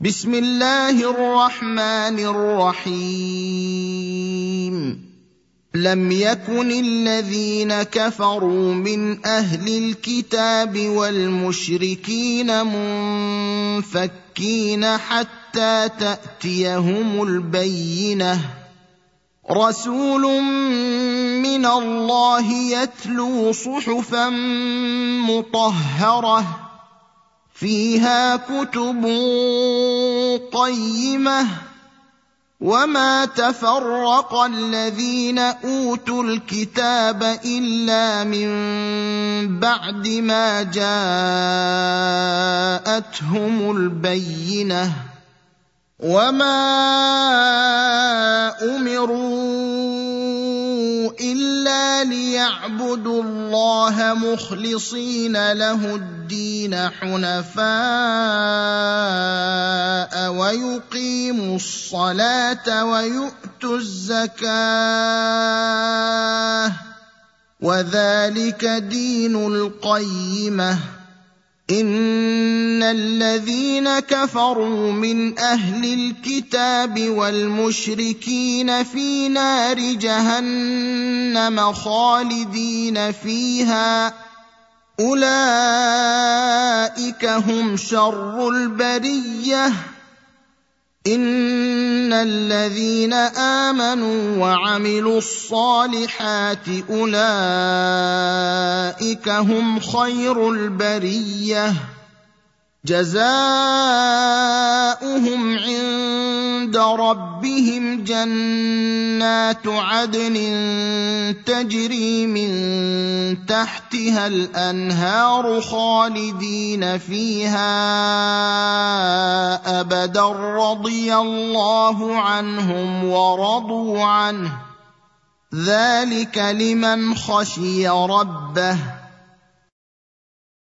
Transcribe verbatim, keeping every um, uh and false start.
بسم الله الرحمن الرحيم لم يكن الذين كفروا من أهل الكتاب والمشركين منفكين حتى تأتيهم البينة رسول من الله يتلو صحفا مطهرة فيها كتب قيمة وما تفرق الذين أوتوا الكتاب إلا من بعد ما جاءتهم البينة وما أمروا إلا ليعبدوا الله مخلصين له الدين حنفاء ويقيموا الصلاة ويؤتوا الزكاة وذلك دين القيمة إن الذين كفروا من أهل الكتاب والمشركين في نار جهنم خالدين فيها أولئك هم شر البرية إن الذين آمنوا وعملوا الصالحات أولئك هم خير البرية جزاؤهم عند ربهم جنات عدن تجري من تحتها الأنهار خالدين فيها أبدا رضي الله عنهم ورضوا عنه ذلك لمن خشي ربه